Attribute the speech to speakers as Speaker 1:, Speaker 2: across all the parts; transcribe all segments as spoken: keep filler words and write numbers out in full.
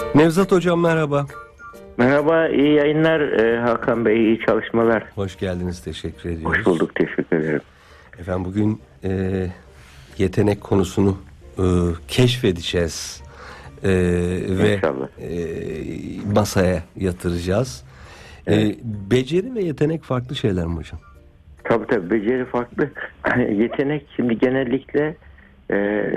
Speaker 1: Nevzat Hocam merhaba.
Speaker 2: Merhaba, iyi yayınlar ee, Hakan Bey, iyi çalışmalar.
Speaker 1: Hoş geldiniz, teşekkür ediyoruz.
Speaker 2: Hoş bulduk, teşekkür ederim.
Speaker 1: Efendim bugün e, yetenek konusunu e, keşfedeceğiz e, ve e, masaya yatıracağız. Evet. E, beceri ve yetenek farklı şeyler mi hocam?
Speaker 2: Tabii tabii, beceri farklı. Yetenek şimdi genellikle e,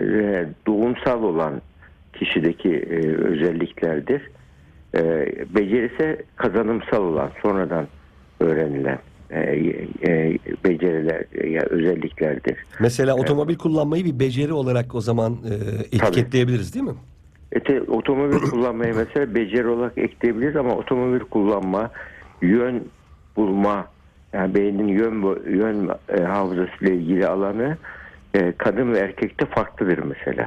Speaker 2: doğumsal olan kişideki e, özelliklerdir. E, beceri ise kazanımsal olan, sonradan öğrenilen e, e, beceriler, yani özelliklerdir.
Speaker 1: Mesela otomobil kullanmayı bir beceri olarak o zaman e, etiketleyebiliriz, değil mi?
Speaker 2: Evet, otomobil kullanmayı mesela beceri olarak ekleyebiliriz ama otomobil kullanma, yön bulma, yani beynin yön yön e, hafızasıyla ilgili alanı e, kadın ve erkekte farklıdır mesela.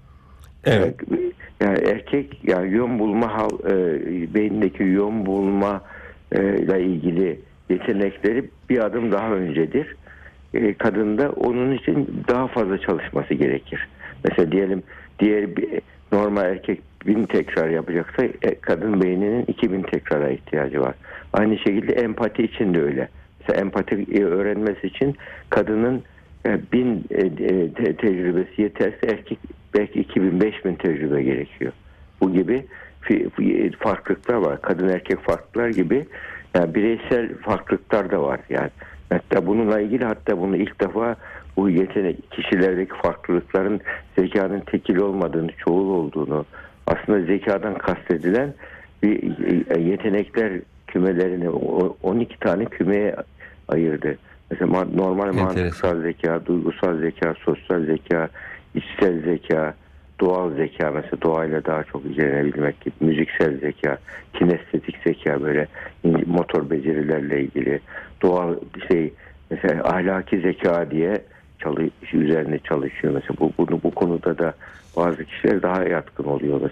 Speaker 1: Evet.
Speaker 2: Yani erkek, yani yön bulma, e, beyindeki yön bulma e, ile ilgili yetenekleri bir adım daha öncedir. E, kadında onun için daha fazla çalışması gerekir. Mesela diyelim diğer bir normal erkek bin tekrar yapacaksa e, kadın beyninin iki bin tekrara ihtiyacı var. Aynı şekilde empati için de öyle. Mesela empati öğrenmesi için kadının e, bin e, te, tecrübesi yeterse erkek belki iki bin beş bin tecrübe gerekiyor. Bu gibi farklılıklar var. Kadın erkek farklılıklar gibi, yani bireysel farklılıklar da var yani. Hatta bununla ilgili, hatta bunu ilk defa bu yetenek kişilerdeki farklılıkların zekanın tekil olmadığını, çoğul olduğunu, aslında zekadan kastedilen bir yetenekler kümelerini on iki tane kümeye ayırdı. Mesela normal mantıksal zeka, duygusal zeka, sosyal zeka, içsel zeka, doğal zeka, mesela doğayla daha çok ilgilenebilmek gibi, müziksel zeka, kinestetik zeka, böyle motor becerilerle ilgili, doğal şey, mesela ahlaki zeka diye çalış, üzerine çalışıyor mesela. Bu, bunu, bu konuda da bazı kişiler daha yatkın oluyorlar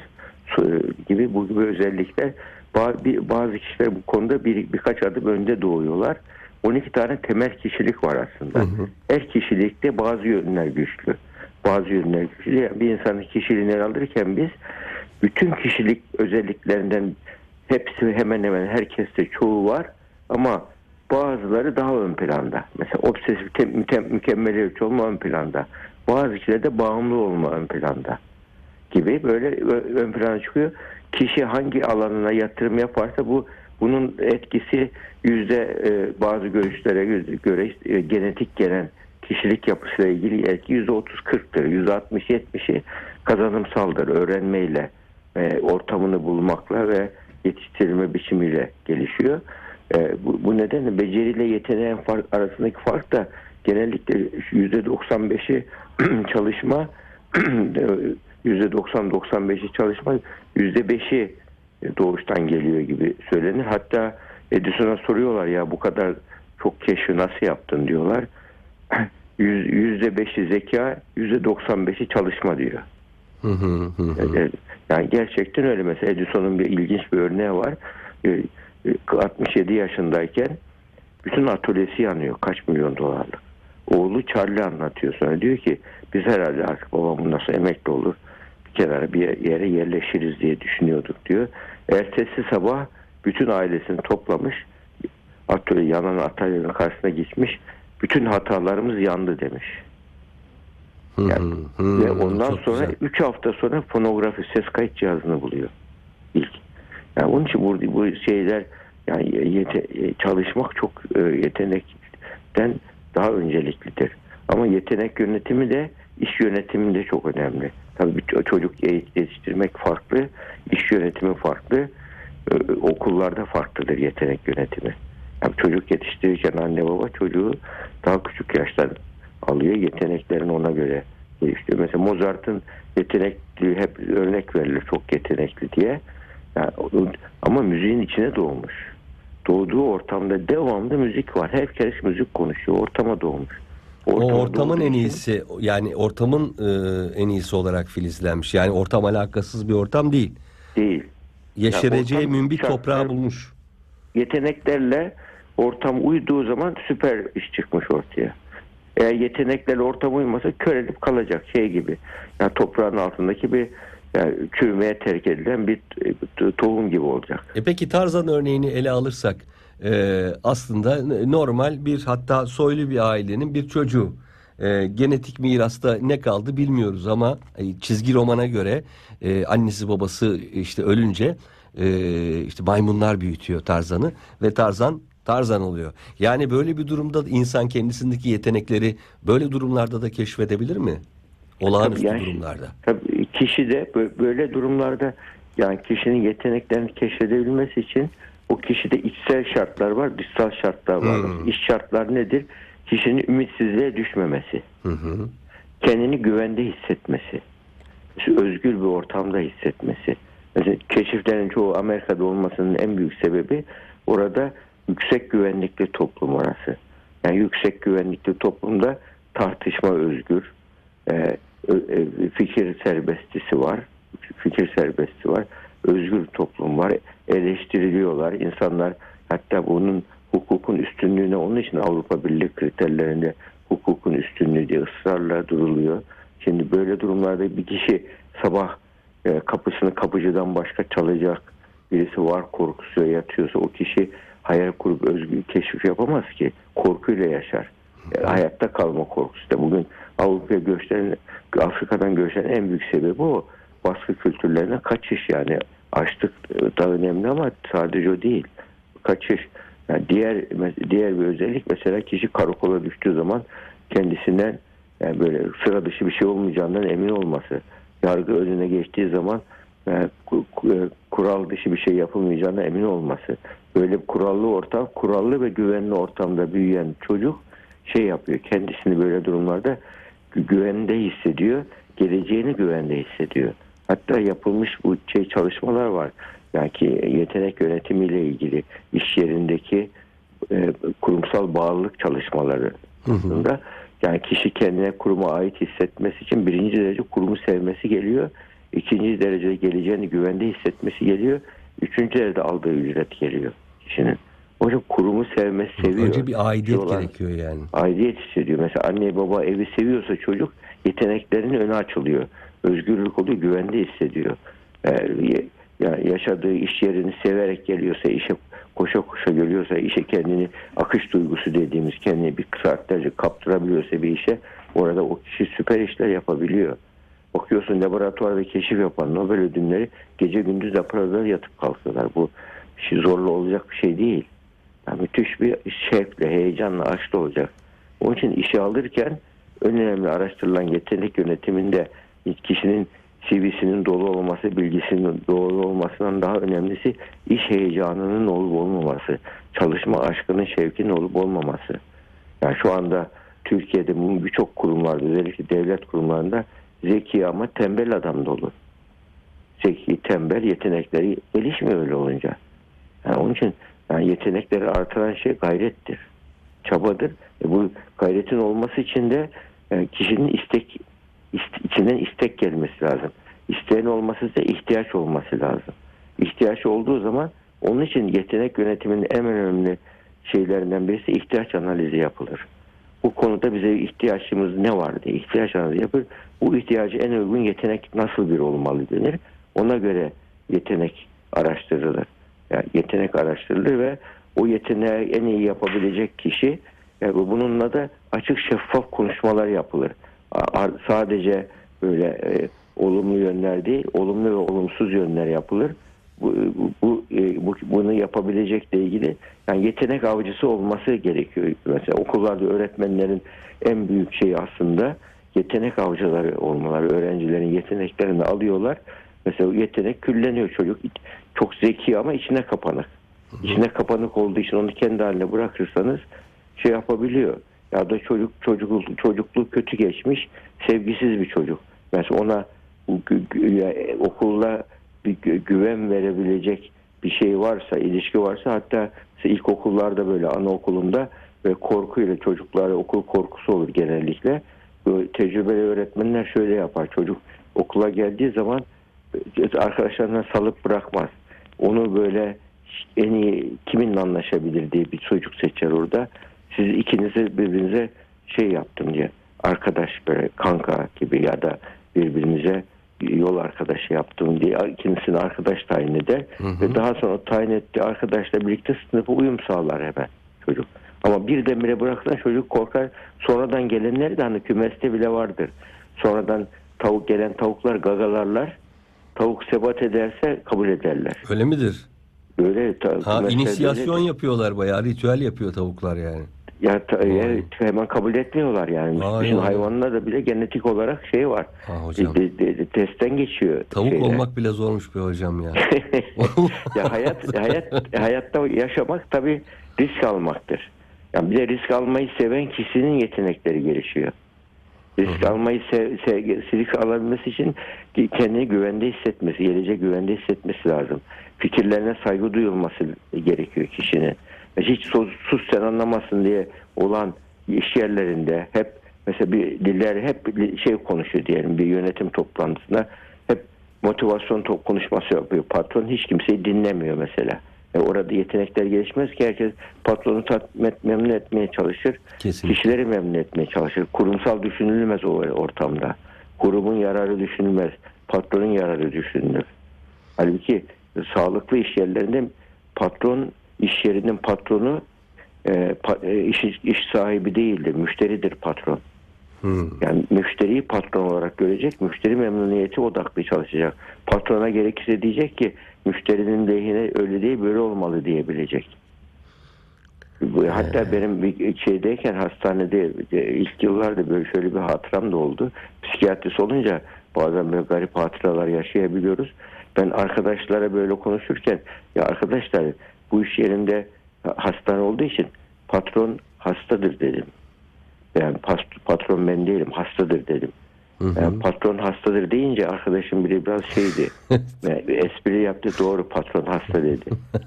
Speaker 2: gibi, bu gibi özellikler. Bazı kişiler bu konuda bir, birkaç adım önde doğuyorlar. on iki tane temel kişilik var aslında. Hı hı. Her kişilikte bazı yönler güçlü. Bazı yönler güçlü. Yani bir insanın kişiliğini alırken biz bütün kişilik özelliklerinden hepsi, hemen hemen herkeste çoğu var ama bazıları daha ön planda. Mesela obsesif, mükemmeliyetçi olma ön planda. Bazı kişilerde bağımlı olma ön planda gibi, böyle ön plana çıkıyor. Kişi hangi alanına yatırım yaparsa bu bunun etkisi yüzde e, bazı görüşlere göre e, genetik gelen kişilik yapısıyla ilgili etki yüzde otuz kırktır. Yüzde altmış yetmişi kazanımsaldır. Öğrenmeyle, e, ortamını bulmakla ve yetiştirilme biçimiyle gelişiyor. E, bu, bu nedenle beceriyle yeteneğin fark, arasındaki fark da genellikle yüzde doksan beşi çalışma, yüzde doksan doksan beşi çalışma, yüzde beşi doğuştan geliyor gibi söylenir. Hatta Edison'a soruyorlar, ya bu kadar çok keşfi nasıl yaptın diyorlar. yüzde beşi zeka, yüzde doksan beşi çalışma diyor. Yani gerçekten öyle. Mesela Edison'un bir ilginç bir örneği var. altmış yedi yaşındayken bütün atölyesi yanıyor. Kaç milyon dolarlık. Oğlu Charlie anlatıyor. Sonra diyor ki biz herhalde artık babamın nasıl emekli olur, bir kenara bir yere yerleşiriz diye düşünüyorduk diyor. Ertesi sabah bütün ailesini toplamış, atölye, yanan atölyenin karşısına gitmiş, bütün hatalarımız yandı demiş. Yani, hmm, ve ondan sonra üç hafta sonra fonografi, ses kayıt cihazını buluyor ilk. Yani onun için bu, bu şeyler, yani yete, çalışmak çok e, yetenekten daha önceliklidir. Ama yetenek yönetimi de iş yönetimi de çok önemli. Tabii bir çocuk yetiştirmek farklı, iş yönetimi farklı, ee, okullarda farklıdır yetenek yönetimi. Yani çocuk yetiştirirken anne baba çocuğu daha küçük yaştan alıyor, yeteneklerini ona göre geliştiriyor. Mesela Mozart'ın yetenekli hep örnek verilir, çok yetenekli diye. Yani, ama müziğin içine doğmuş. Doğduğu ortamda devamlı müzik var. Herkes müzik konuşuyor. Ortama doğmuş.
Speaker 1: Ortama o ortamın en iyisi için, yani ortamın e, en iyisi olarak filizlenmiş. Yani ortam alakasız bir ortam değil.
Speaker 2: Değil.
Speaker 1: Yeşereceği yani mümbit toprağı bulmuş.
Speaker 2: Yeteneklerle ortam uyduğu zaman süper iş çıkmış ortaya. Eğer yeteneklerle ortam uymasa körelip kalacak şey gibi. Yani toprağın altındaki bir yani çürümeye terk edilen bir tohum gibi olacak.
Speaker 1: E peki Tarzan örneğini ele alırsak e, aslında normal bir, hatta soylu bir ailenin bir çocuğu. E, genetik mirasta ne kaldı bilmiyoruz ama e, çizgi romana göre e, annesi babası işte ölünce e, işte maymunlar büyütüyor Tarzan'ı ve Tarzan Tarzan oluyor. Yani böyle bir durumda insan kendisindeki yetenekleri böyle durumlarda da keşfedebilir mi? Olağanüstü
Speaker 2: Tabii yani,
Speaker 1: durumlarda.
Speaker 2: tabii kişi de böyle durumlarda, yani kişinin yeteneklerini keşfedebilmesi için o kişide içsel şartlar var, dışsal şartlar var.
Speaker 1: Hmm.
Speaker 2: İç şartlar nedir? Kişinin ümitsizliğe düşmemesi,
Speaker 1: Hı hı.
Speaker 2: kendini güvende hissetmesi, özgür bir ortamda hissetmesi. Mesela keşiflerin çoğu Amerika'da olmasının en büyük sebebi orada yüksek güvenlikli toplum orası. Yani yüksek güvenlikli toplumda tartışma özgür, e, e, fikir serbestisi var, fikir serbestisi var, özgür toplum var, eleştiriliyorlar insanlar, hatta bunun hukukun üstünlüğüne, onun için Avrupa Birliği kriterlerinde hukukun üstünlüğü diye ısrarla duruluyor. Şimdi böyle durumlarda bir kişi sabah e, kapısını kapıcıdan başka çalacak birisi var korkusuyla yatıyorsa, o kişi hayal kurup özgür keşif yapamaz ki. Korkuyla yaşar. E, hayatta kalma korkusu da. Bugün Avrupa'ya göçlerin, Afrika'dan göçlerin en büyük sebebi o. Baskı kültürlerine kaçış yani. Açlık da önemli ama sadece o değil. Kaçış. Yani diğer diğer bir özellik, mesela kişi karakola düştüğü zaman kendisinden yani böyle sıra dışı bir şey olmayacağından emin olması. Yargı önüne geçtiği zaman yani kural dışı bir şey yapılmayacağına emin olması. Böyle kurallı ortam, kurallı ve güvenli ortamda büyüyen çocuk şey yapıyor. Kendisini böyle durumlarda güvende hissediyor. Geleceğini güvende hissediyor. Hatta yapılmış bu şey çalışmalar var. Yani ki yetenek yönetimiyle ilgili iş yerindeki e, kurumsal bağlılık çalışmaları aslında. Yani kişi kendine kuruma ait hissetmesi için birinci derece kurumu sevmesi geliyor. İkinci derecede geleceğini güvende hissetmesi geliyor. Üçüncü derecede aldığı ücret geliyor kişinin. O yüzden kurumu sevmesi, seviyor.
Speaker 1: Önce bir aidiyet
Speaker 2: olan,
Speaker 1: gerekiyor yani.
Speaker 2: Aidiyet hissediyor. Mesela anne baba evi seviyorsa çocuk yeteneklerinin önü açılıyor. Özgürlük oluyor, güvende hissediyor. Yani yani yaşadığı iş yerini severek geliyorsa, işe koşa koşa geliyorsa, işe kendini, akış duygusu dediğimiz, kendini bir saatlerce kaptırabiliyorsa bir işe, orada o kişi süper işler yapabiliyor. Bakıyorsun laboratuvarda keşif yapan Nobel ödülleri gece gündüz laboratuvarda yatıp kalkıyorlar. Bu şey zorlu olacak bir şey değil. Yani müthiş bir şevkle, heyecanla, aşkla olacak. Onun için işe alırken en önemli araştırılan yetenek yönetiminde kişinin C V'sinin dolu olması, bilgisinin dolu olmasından daha önemlisi iş heyecanının olup olmaması, çalışma aşkının, şevkinin olup olmaması. Yani şu anda Türkiye'de birçok kurumlarda, özellikle devlet kurumlarında zeki ama tembel adam dolu. Zeki, tembel, yetenekleri gelişmiyor öyle olunca. Yani onun için yani yetenekleri artıran şey gayrettir, çabadır. E bu gayretin olması için de yani kişinin istek içinden istek gelmesi lazım. İsteğin olması ise ihtiyaç olması lazım. İhtiyaç olduğu zaman, onun için yetenek yönetiminin en önemli şeylerinden birisi ihtiyaç analizi yapılır. Bu konuda bize ihtiyaçımız ne var diye ihtiyaç analizi yapılır. Bu ihtiyacı en uygun yetenek nasıl bir olmalı denir. Ona göre yetenek araştırılır. Yani yetenek araştırılır ve o yeteneği en iyi yapabilecek kişi, yani bununla da açık şeffaf konuşmalar yapılır. Sadece böyle e, olumlu yönler değil, olumlu ve olumsuz yönler yapılır. Bu, bu, e, bu bunu yapabilecekle ilgili yani yetenek avcısı olması gerekiyor. Mesela okullarda öğretmenlerin en büyük şeyi aslında yetenek avcıları olmaları. Öğrencilerin yeteneklerini alıyorlar. Mesela yetenek külleniyor çocuk. Çok zeki ama içine kapanık. İçine kapanık olduğu için onu kendi haline bırakırsanız şey yapabiliyor. Ya da çocuk çocukluk çocukluğu kötü geçmiş, sevgisiz bir çocuk. Mesela ona okulda bir güven verebilecek bir şey varsa, ilişki varsa, hatta ilkokullarda böyle anaokulunda ve korkuyla çocuklara okul korkusu olur genellikle. Böyle tecrübeli öğretmenler şöyle yapar. Çocuk okula geldiği zaman arkadaşlarına salıp bırakmaz. Onu böyle en iyi kiminle anlaşabilir diye bir çocuk seçer orada. Siz ikinize birbirinize şey yaptım diye. Arkadaş, böyle kanka gibi ya da birbirinize yol arkadaşı yaptım diye ikincisini arkadaş tayin eder. Hı hı. Ve daha sonra tayin ettiği arkadaşla birlikte sınıfa uyum sağlar hemen çocuk. Ama birdenbire bırakılan çocuk korkar. Sonradan gelenler de hani kümeste bile vardır. Sonradan tavuk gelen tavuklar gagalarlar. Tavuk sebat ederse kabul ederler.
Speaker 1: Öyle midir?
Speaker 2: Öyle.
Speaker 1: Ha, inisiyasyon öyle yapıyorlar, bayağı ritüel yapıyor tavuklar yani.
Speaker 2: Ya ta, evet, hemen kabul etmiyorlar yani. Aa, Bizim hayvanlarda bile genetik olarak şey var.
Speaker 1: Ha, hocam.
Speaker 2: De, de, de, testten geçiyor.
Speaker 1: Tavuk
Speaker 2: şeyler.
Speaker 1: olmak bile zormuş be hocam ya.
Speaker 2: Ya hayat hayat hayatta yaşamak tabii risk almaktır. Yani bir de risk almayı seven kişinin yetenekleri gelişiyor. Risk Hı-hı. almayı sev, sev, risk alabilmesi için kendini güvende hissetmesi, geleceğe güvende hissetmesi lazım. Fikirlerine saygı duyulması gerekiyor kişinin. Hiç sus, sus sen anlamasın diye olan iş yerlerinde hep mesela bir diller hep şey konuşuyor diyelim, bir yönetim toplantısında hep motivasyon top konuşması yapıyor. Patron hiç kimseyi dinlemiyor mesela. E orada yetenekler gelişmez ki, herkes patronu tatmin, memnun etmeye çalışır.
Speaker 1: Kesinlikle.
Speaker 2: Kişileri memnun etmeye çalışır. Kurumsal düşünülmez o ortamda. Kurumun yararı düşünülmez. Patronun yararı düşünülür. Halbuki sağlıklı iş yerlerinde patron, iş yerinin patronu e, pa, e, iş, iş sahibi değildir. Müşteridir patron. Hmm. Yani müşteriyi patron olarak görecek. Müşteri memnuniyeti odaklı çalışacak. Patrona gerekirse diyecek ki müşterinin lehine öyle değil böyle olmalı diyebilecek. Hatta ee. benim bir şeydeyken hastanede ilk yıllarda böyle şöyle bir hatıram da oldu. Psikiyatrist olunca bazen böyle garip hatıralar yaşayabiliyoruz. Ben arkadaşlara böyle konuşurken ya arkadaşlar bu iş yerinde hastane olduğu için patron hastadır dedim. Yani patron ben değilim, hastadır dedim. Hı hı. Yani patron hastadır deyince arkadaşım biri biraz şeydi. Yani espri yaptı, doğru patron hasta dedi.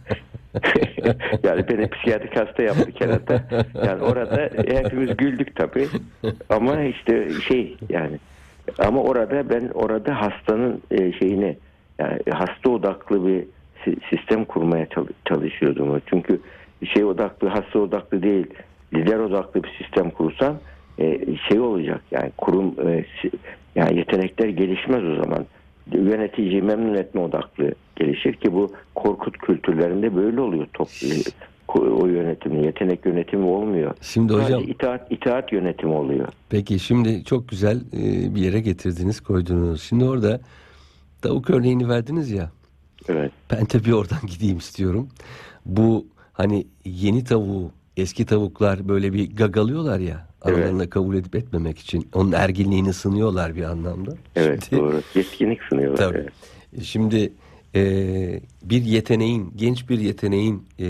Speaker 2: Yani beni psikiyatrik hasta yaptı kerata. Yani orada hepimiz güldük tabii. Ama işte şey yani ama orada ben orada hastanın şeyini yani hasta odaklı bir sistem kurmaya çalışıyordum. Çünkü şey odaklı, hasta odaklı değil, lider odaklı bir sistem kursam şey olacak yani kurum yani yetenekler gelişmez o zaman. Yöneticiyi memnun etme odaklı gelişir ki bu Korkut kültürlerinde böyle oluyor. Top, o yönetimi, yetenek yönetimi olmuyor.
Speaker 1: Şimdi hocam
Speaker 2: itaat, itaat yönetimi oluyor.
Speaker 1: Peki şimdi çok güzel bir yere getirdiniz, koydunuz. Şimdi orada tavuk örneğini verdiniz ya.
Speaker 2: Evet.
Speaker 1: Ben tabii oradan gideyim istiyorum. Bu hani yeni tavuğu eski tavuklar böyle bir gagalıyorlar ya. Aralarına evet. kabul edip etmemek için. Onun erginliğini sınıyorlar bir anlamda.
Speaker 2: Evet Şimdi, doğru. Yetkinlik sınıyorlar.
Speaker 1: Tabii.
Speaker 2: Evet.
Speaker 1: Şimdi e, bir yeteneğin, genç bir yeteneğin e,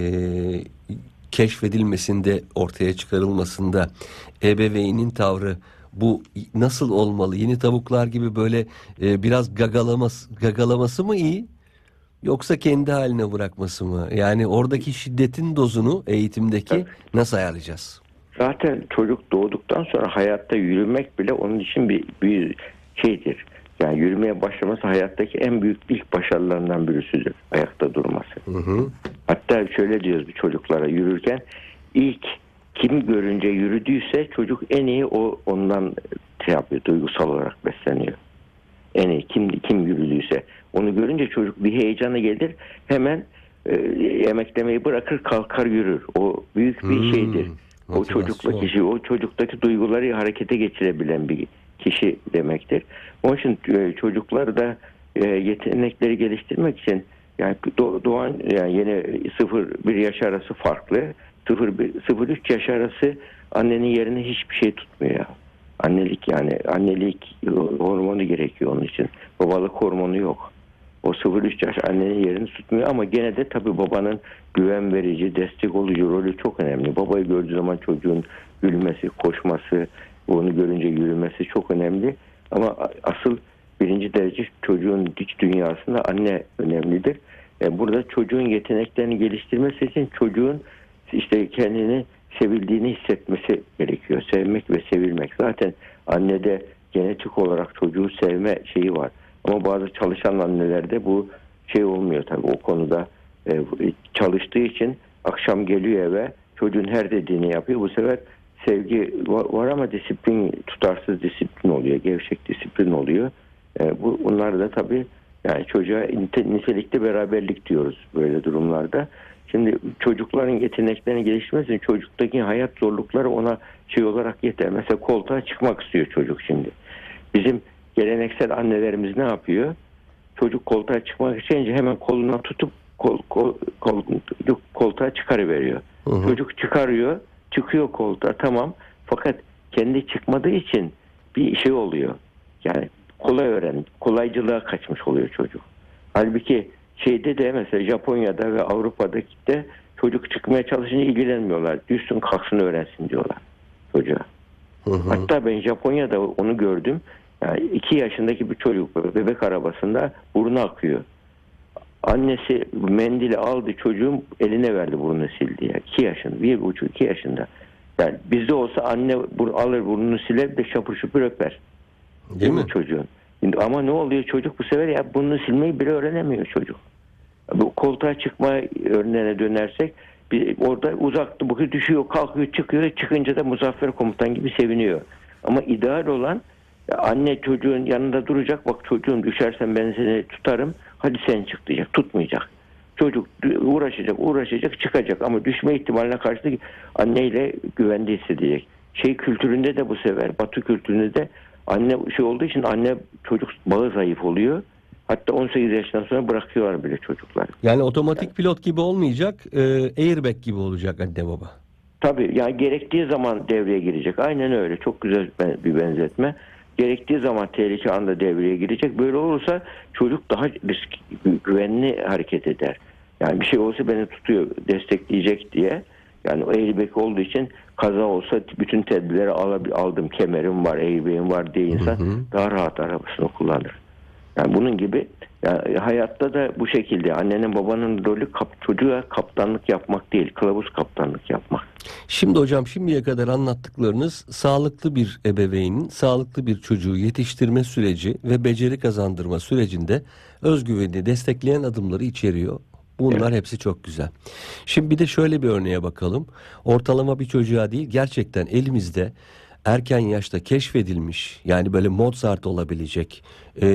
Speaker 1: keşfedilmesinde, ortaya çıkarılmasında ebeveynin tavrı bu nasıl olmalı? Yeni tavuklar gibi böyle e, biraz gagalaması, gagalaması mı iyi? Yoksa kendi haline bırakması mı? Yani oradaki şiddetin dozunu eğitimdeki evet. nasıl ayarlayacağız?
Speaker 2: Zaten çocuk doğduktan sonra hayatta yürümek bile onun için bir, bir şeydir. Yani yürümeye başlaması hayattaki en büyük ilk başarılarından birisidir. Ayakta durması. Hı hı. Hatta şöyle diyoruz bir çocuklara yürürken ilk kim görünce yürüdüyse çocuk en iyi o ondan şey yapıyor, duygusal olarak besleniyor. En iyi kim kim yürüdüyse onu görünce çocuk bir heyecana gelir, hemen e, emeklemeyi bırakır, kalkar yürür. O büyük bir hmm. şeydir. O çocukla kişi, o çocuktaki duyguları harekete geçirebilen bir kişi demektir. Onun için çocukları da yetenekleri geliştirmek için yani doğan yani yine sıfır bir yaş arası farklı. sıfır üç yaş arası annenin yerine hiçbir şey tutmuyor. Annelik yani annelik hormonu gerekiyor onun için. Babalık hormonu yok. O sıfır üç yaş annenin yerini tutmuyor ama gene de tabii babanın güven verici, destek olucu rolü çok önemli. Babayı gördüğü zaman çocuğun gülmesi, koşması, onu görünce yürümesi çok önemli. Ama asıl birinci derece çocuğun iç dünyasında anne önemlidir. Burada çocuğun yeteneklerini geliştirmesi için çocuğun işte kendini sevildiğini hissetmesi gerekiyor. Sevmek ve sevilmek. Zaten annede genetik olarak çocuğu sevme şeyi var. Ama bazı çalışan annelerde bu şey olmuyor tabii o konuda. E, çalıştığı için akşam geliyor eve, çocuğun her dediğini yapıyor. Bu sefer sevgi var, var ama disiplin, tutarsız disiplin oluyor, gevşek disiplin oluyor. E, bu bunlar da tabii yani çocuğa nitelikli beraberlik diyoruz böyle durumlarda. Şimdi çocukların yeteneklerini geliştirmesi için çocuktaki hayat zorlukları ona şey olarak yeter. Mesela koltuğa çıkmak istiyor çocuk şimdi. Bizim geleneksel annelerimiz ne yapıyor? Çocuk koltuğa çıkmak isteyince hemen kolundan tutup kol, kol, kol, koltuğa çıkarıveriyor. Hı hı. Çocuk çıkarıyor, çıkıyor koltuğa, tamam. Fakat kendi çıkmadığı için bir şey oluyor. Yani kolay öğren, kolaycılığa kaçmış oluyor çocuk. Halbuki şeyde de mesela Japonya'da ve Avrupa'daki de çocuk çıkmaya çalışınca ilgilenmiyorlar. Düşsün kalksın öğrensin diyorlar çocuğa. Hı hı. Hatta ben Japonya'da onu gördüm. Yani iki yaşındaki bir çocuk bebek arabasında burnu akıyor. Annesi mendili aldı, çocuğun eline verdi, burnunu sildi. Yani iki yaşında, bir buçuk iki yaşında. Yani bizde olsa anne alır burnunu siler de şapur şupur öper. Değil, Değil mi çocuğun? Ama ne oluyor, çocuk bu sefer ya burnunu silmeyi bile öğrenemiyor çocuk. Bu koltuğa çıkma örneğine dönersek bir, orada uzakta bu düşüyor, kalkıyor, çıkıyor, çıkınca da Muzaffer Komutan gibi seviniyor. Ama ideal olan anne çocuğun yanında duracak, bak çocuğum düşersen ben seni tutarım, hadi sen çık diyecek, tutmayacak. Çocuk uğraşacak, uğraşacak, çıkacak ama düşme ihtimaline karşı anneyle güvende hissedecek. Şey kültüründe de bu sefer, Batı kültüründe de anne şey olduğu için anne çocuk bağı zayıf oluyor. Hatta on sekiz yaşından sonra bırakıyorlar bile çocuklar.
Speaker 1: Yani otomatik yani, pilot gibi olmayacak, e, airbag gibi olacak anne baba.
Speaker 2: Tabii yani gerektiği zaman devreye girecek. Aynen öyle. Çok güzel bir benzetme. Gerektiği zaman tehlike anda devreye girecek. Böyle olursa çocuk daha risk, güvenli hareket eder. Yani bir şey olsa beni tutuyor, destekleyecek diye. Yani o airbag olduğu için kaza olsa bütün tedbirleri aldım. Kemerim var, airbag'im var diye insan hı hı. daha rahat arabasını kullanır. Yani bunun gibi yani hayatta da bu şekilde annenin babanın rolü kap, çocuğa kaptanlık yapmak değil, kılavuz kaptanlık yapmak.
Speaker 1: Şimdi hocam şimdiye kadar anlattıklarınız sağlıklı bir ebeveynin sağlıklı bir çocuğu yetiştirme süreci ve beceri kazandırma sürecinde özgüvenini destekleyen adımları içeriyor. Bunlar evet. Hepsi çok güzel. Şimdi bir de şöyle bir örneğe bakalım. Ortalama bir çocuğa değil, gerçekten elimizde erken yaşta keşfedilmiş, yani böyle Mozart olabilecek, e,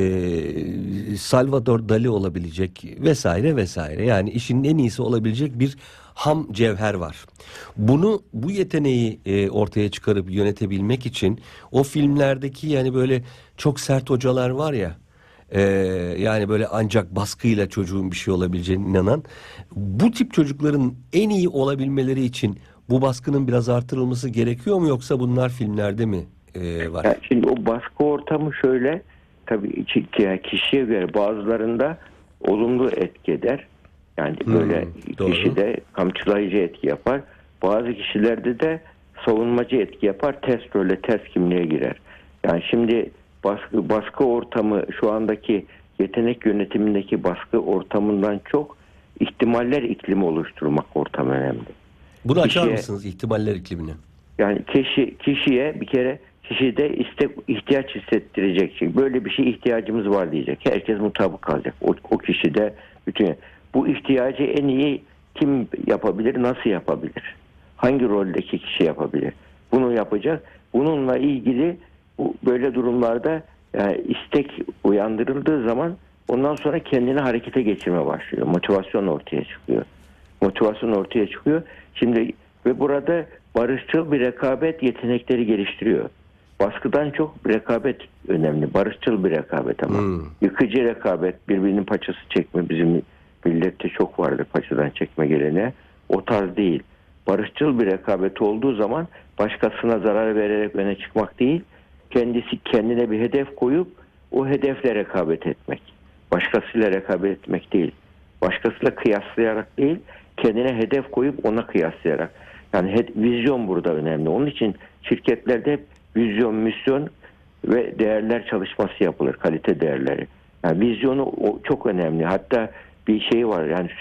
Speaker 1: Salvador Dali olabilecek vesaire vesaire, yani işin en iyisi olabilecek bir ham cevher var. Bunu, bu yeteneği e, ortaya çıkarıp yönetebilmek için o filmlerdeki yani böyle çok sert hocalar var ya, e, yani böyle ancak baskıyla çocuğun bir şey olabileceğine inanan, bu tip çocukların en iyi olabilmeleri için bu baskının biraz artırılması gerekiyor mu, yoksa bunlar filmlerde mi e, var?
Speaker 2: Yani şimdi o baskı ortamı şöyle, tabii kişiye göre bazılarında olumlu etki eder. Yani böyle hmm, kişide kamçılayıcı etki yapar. Bazı kişilerde de savunmacı etki yapar. Ters role, ters kimliğe girer. Yani şimdi baskı baskı ortamı, şu andaki yetenek yönetimindeki baskı ortamından çok ihtimaller iklimi oluşturmak ortamı önemli.
Speaker 1: Bunu açar kişiye, mısınız, ihtimaller iklimini?
Speaker 2: Yani kişi kişiye bir kere kişide istek, ihtiyaç hissettirecek şey. Böyle bir şey ihtiyacımız var diyecek. Herkes mutabık kalacak. O, o kişide bütün bu ihtiyacı en iyi kim yapabilir, nasıl yapabilir? Hangi roldeki kişi yapabilir? Bunu yapacak. Bununla ilgili bu, böyle durumlarda yani istek uyandırıldığı zaman ondan sonra kendini harekete geçirme başlıyor. Motivasyon ortaya çıkıyor. Motivasyon ortaya çıkıyor. Şimdi ve burada barışçıl bir rekabet yetenekleri geliştiriyor. Baskıdan çok rekabet önemli. Barışçıl bir rekabet ama. Hmm. Yıkıcı rekabet, birbirinin paçası çekme, bizim millette çok vardır paçadan çekme geleneği. O tarz değil. Barışçıl bir rekabet olduğu zaman başkasına zarar vererek öne çıkmak değil, kendisi kendine bir hedef koyup o hedefle rekabet etmek. Başkasıyla rekabet etmek değil. Başkasıyla kıyaslayarak değil, kendine hedef koyup ona kıyaslayarak. Yani he, vizyon burada önemli. Onun için şirketlerde hep vizyon, misyon ve değerler çalışması yapılır. Kalite değerleri. Yani vizyonu o, çok önemli. Hatta bir şey var. Yani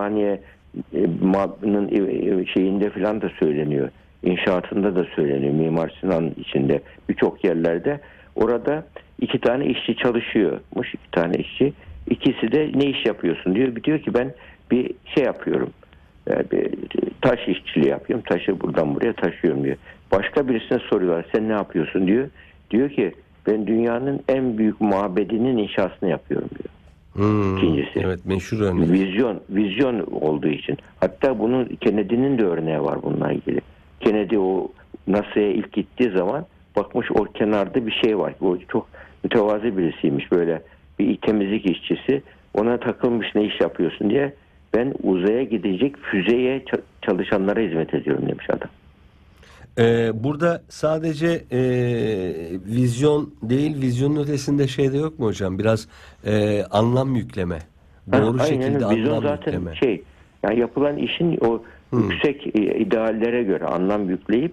Speaker 2: Süleymaniye'nin şeyinde falan da söyleniyor. İnşaatında da söyleniyor. Mimar Sinan içinde birçok yerlerde. Orada iki tane işçi çalışıyormuş. iki tane işçi. İkisi de ne iş yapıyorsun diyor. Bir diyor ki ben bir şey yapıyorum. Yani bir taş işçiliği yapıyorum. Taşı buradan buraya taşıyorum diyor. Başka birisine soruyorlar. Sen ne yapıyorsun diyor. Diyor ki ben dünyanın en büyük mabedinin inşasını yapıyorum diyor.
Speaker 1: Hmm,
Speaker 2: İkincisi.
Speaker 1: evet, meşhur örnek.
Speaker 2: Vizyon, vizyon olduğu için. Hatta bunun Kennedy'nin de örneği var bununla ilgili. Kennedy o NASA'ya ilk gittiği zaman bakmış o kenarda bir şey var. O çok mütevazı birisiymiş, böyle bir temizlik işçisi. Ona takılmış, ne iş yapıyorsun diye. Ben uzaya gidecek füzeye çalışanlara hizmet ediyorum demiş adam.
Speaker 1: Ee, burada sadece e, vizyon değil, vizyonun ötesinde şey de yok mu hocam? Biraz e, anlam yükleme. Doğru
Speaker 2: ha,
Speaker 1: şekilde
Speaker 2: aynen. Vizyon
Speaker 1: anlam
Speaker 2: zaten
Speaker 1: yükleme.
Speaker 2: şey, yani yapılan işin o hmm. yüksek e, ideallere göre anlam yükleyip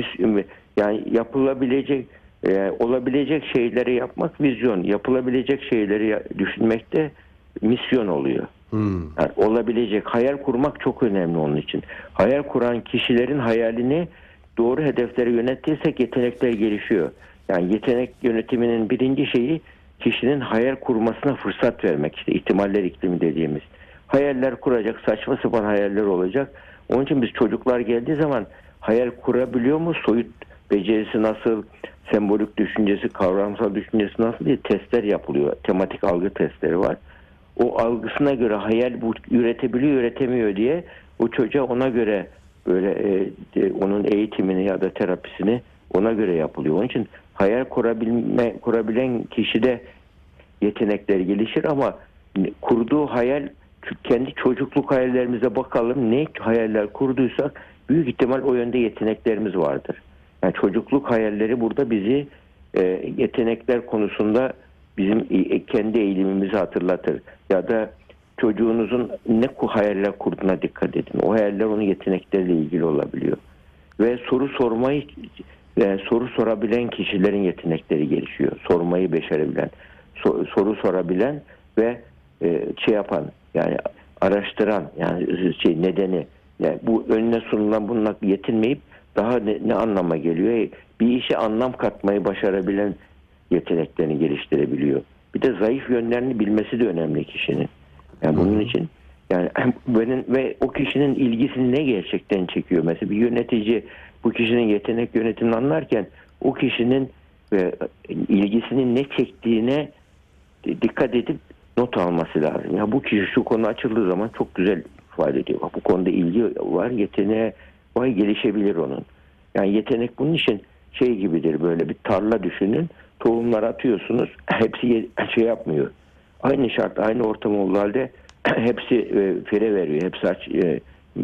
Speaker 2: yani yapılabilecek e, olabilecek şeyleri yapmak vizyon, yapılabilecek şeyleri düşünmek de misyon oluyor. Hmm. Yani olabilecek, hayal kurmak çok önemli onun için. Hayal kuran kişilerin hayalini doğru hedeflere yönetirsek yetenekler gelişiyor. Yani yetenek yönetiminin birinci şeyi kişinin hayal kurmasına fırsat vermek, işte ihtimaller iklimi dediğimiz. Hayaller kuracak, saçma sapan hayaller olacak. Onun için biz çocuklar geldiği zaman hayal kurabiliyor mu, soyut becerisi nasıl, sembolik düşüncesi, kavramsal düşüncesi nasıl diye testler yapılıyor. Tematik algı testleri var. O algısına göre hayal bu üretebiliyor, üretemiyor diye o çocuğa ona göre böyle e, e, onun eğitimini ya da terapisini ona göre yapılıyor. Onun için hayal kurabilme, kurabilen kişide yetenekler gelişir ama kurduğu hayal, kendi çocukluk hayallerimize bakalım, ne hayaller kurduysak büyük ihtimal o yönde yeteneklerimiz vardır. Yani çocukluk hayalleri burada bizi e, yetenekler konusunda bizim e, kendi eğilimimizi hatırlatır. Ya da çocuğunuzun ne hayaller kurduğuna dikkat edin. O hayaller onun yetenekleriyle ilgili olabiliyor. Ve soru sormayı e, soru sorabilen kişilerin yetenekleri gelişiyor. Sormayı becerebilen, so, soru sorabilen ve e, şey yapan, yani araştıran, yani şey nedeni, yani bu önüne sunulan bununla yetinmeyip daha ne, ne anlama geliyor? Bir işe anlam katmayı başarabilen yeteneklerini geliştirebiliyor. Bir de zayıf yönlerini bilmesi de önemli kişinin. Yani bunun için yani benim ve o kişinin ilgisini ne gerçekten çekiyor. Mesela bir yönetici bu kişinin yetenek yönetimini anlarken o kişinin e, ilgisinin ne çektiğine dikkat edip not alması lazım. Ya bu kişi şu konu açıldığı zaman çok güzel ifade ediyor. Bu konuda ilgi var, yeteneğe var, gelişebilir onun. Yani yetenek bunun için şey gibidir, böyle bir tarla düşünün. Tohumlar atıyorsunuz, hepsi şey yapmıyor. Aynı şart, aynı ortam olduğu halde hepsi e, fire veriyor. Hepsi aç, e,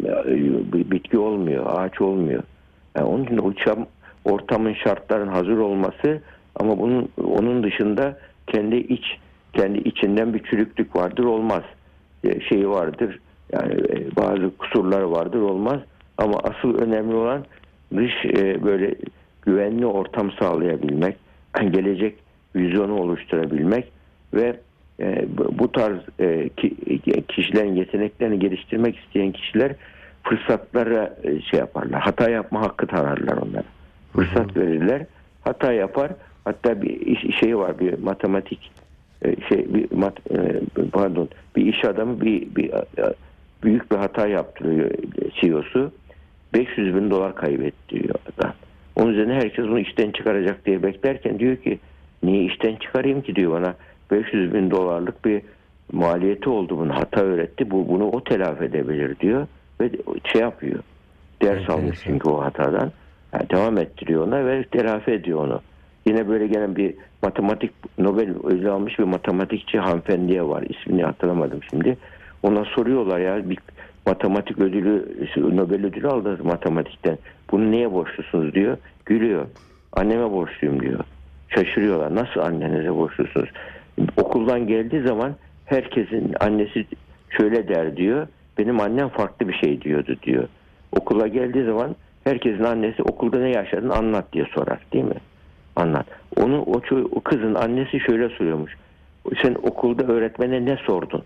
Speaker 2: bitki olmuyor, ağaç olmuyor. Yani onun için uçam, ortamın, şartların hazır olması, ama bunun onun dışında kendi iç kendi içinden bir çürüklük vardır, olmaz. E, şeyi vardır. Yani e, bazı kusurlar vardır, olmaz. Ama asıl önemli olan dış e, böyle güvenli ortam sağlayabilmek, gelecek vizyonu oluşturabilmek ve e, bu tarz e, ki, kişilerin yeteneklerini geliştirmek isteyen kişiler fırsatlara e, şey yaparlar. Hata yapma hakkı tanırlar onlara. Fırsat verirler, hata yapar. Hatta bir şey var, bir matematik e, şey bir mat, e, pardon bir iş adamı bir, bir büyük bir hata yaptırıyor C E O'su. beş yüz bin dolar kaybettiriyor adam. Onun üzerine herkes onu işten çıkaracak diye beklerken diyor ki niye işten çıkarayım ki diyor bana. beş yüz bin dolarlık bir maliyeti oldu, bunu hata öğretti. Bu bunu o telafi edebilir diyor ve şey yapıyor. Ders evet, almış evet. Çünkü o hatadan. Yani devam ettiriyor ona ve telafi ediyor onu. Yine böyle gelen bir matematik Nobel ödülü almış bir matematikçi hanımefendiye var. İsmini hatırlamadım şimdi. Ona soruyorlar ya, bir matematik ödülü, Nobel ödülü aldı matematikten. Bunu neye borçlusunuz diyor. Gülüyor. Anneme borçluyum diyor. Şaşırıyorlar. Nasıl annenize borçlusunuz? Okuldan geldiği zaman herkesin annesi şöyle der diyor. Benim annem farklı bir şey diyordu diyor. Okula geldiği zaman herkesin annesi okulda ne yaşadın anlat diye sorar, değil mi? Anlat. Onu o, o kızın annesi şöyle soruyormuş. Sen okulda öğretmene ne sordun?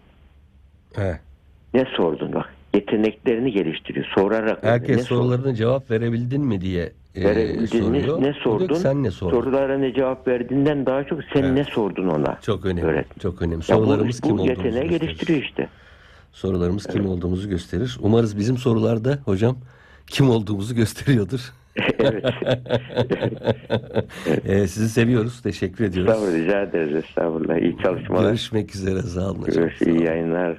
Speaker 1: He.
Speaker 2: Ne sordun bak. Yeteneklerini geliştiriyor. Sorarak.
Speaker 1: Herkes
Speaker 2: ne
Speaker 1: sorularına
Speaker 2: sordun?
Speaker 1: cevap verebildin mi diye e,
Speaker 2: Verebildin
Speaker 1: soruyor.
Speaker 2: Ne, ne sordun?
Speaker 1: Sen ne sordun?
Speaker 2: Sorulara ne cevap verdiğinden daha çok sen evet. ne sordun ona?
Speaker 1: Çok önemli.
Speaker 2: Öğret.
Speaker 1: Çok önemli. Sorularımız
Speaker 2: bu,
Speaker 1: kim
Speaker 2: bu
Speaker 1: olduğumuzu
Speaker 2: yeteneği
Speaker 1: gösterir.
Speaker 2: geliştiriyor işte.
Speaker 1: Sorularımız evet. kim olduğumuzu gösterir. Umarız bizim sorularda hocam kim olduğumuzu gösteriyordur.
Speaker 2: Evet.
Speaker 1: e, sizi seviyoruz. Teşekkür ediyoruz.
Speaker 2: Estağfurullah, rica ederiz. Estağfurullah. İyi çalışmalar.
Speaker 1: Görüşmek üzere. Sağ olun hocam.
Speaker 2: Görüşürüz. İyi yayınlar.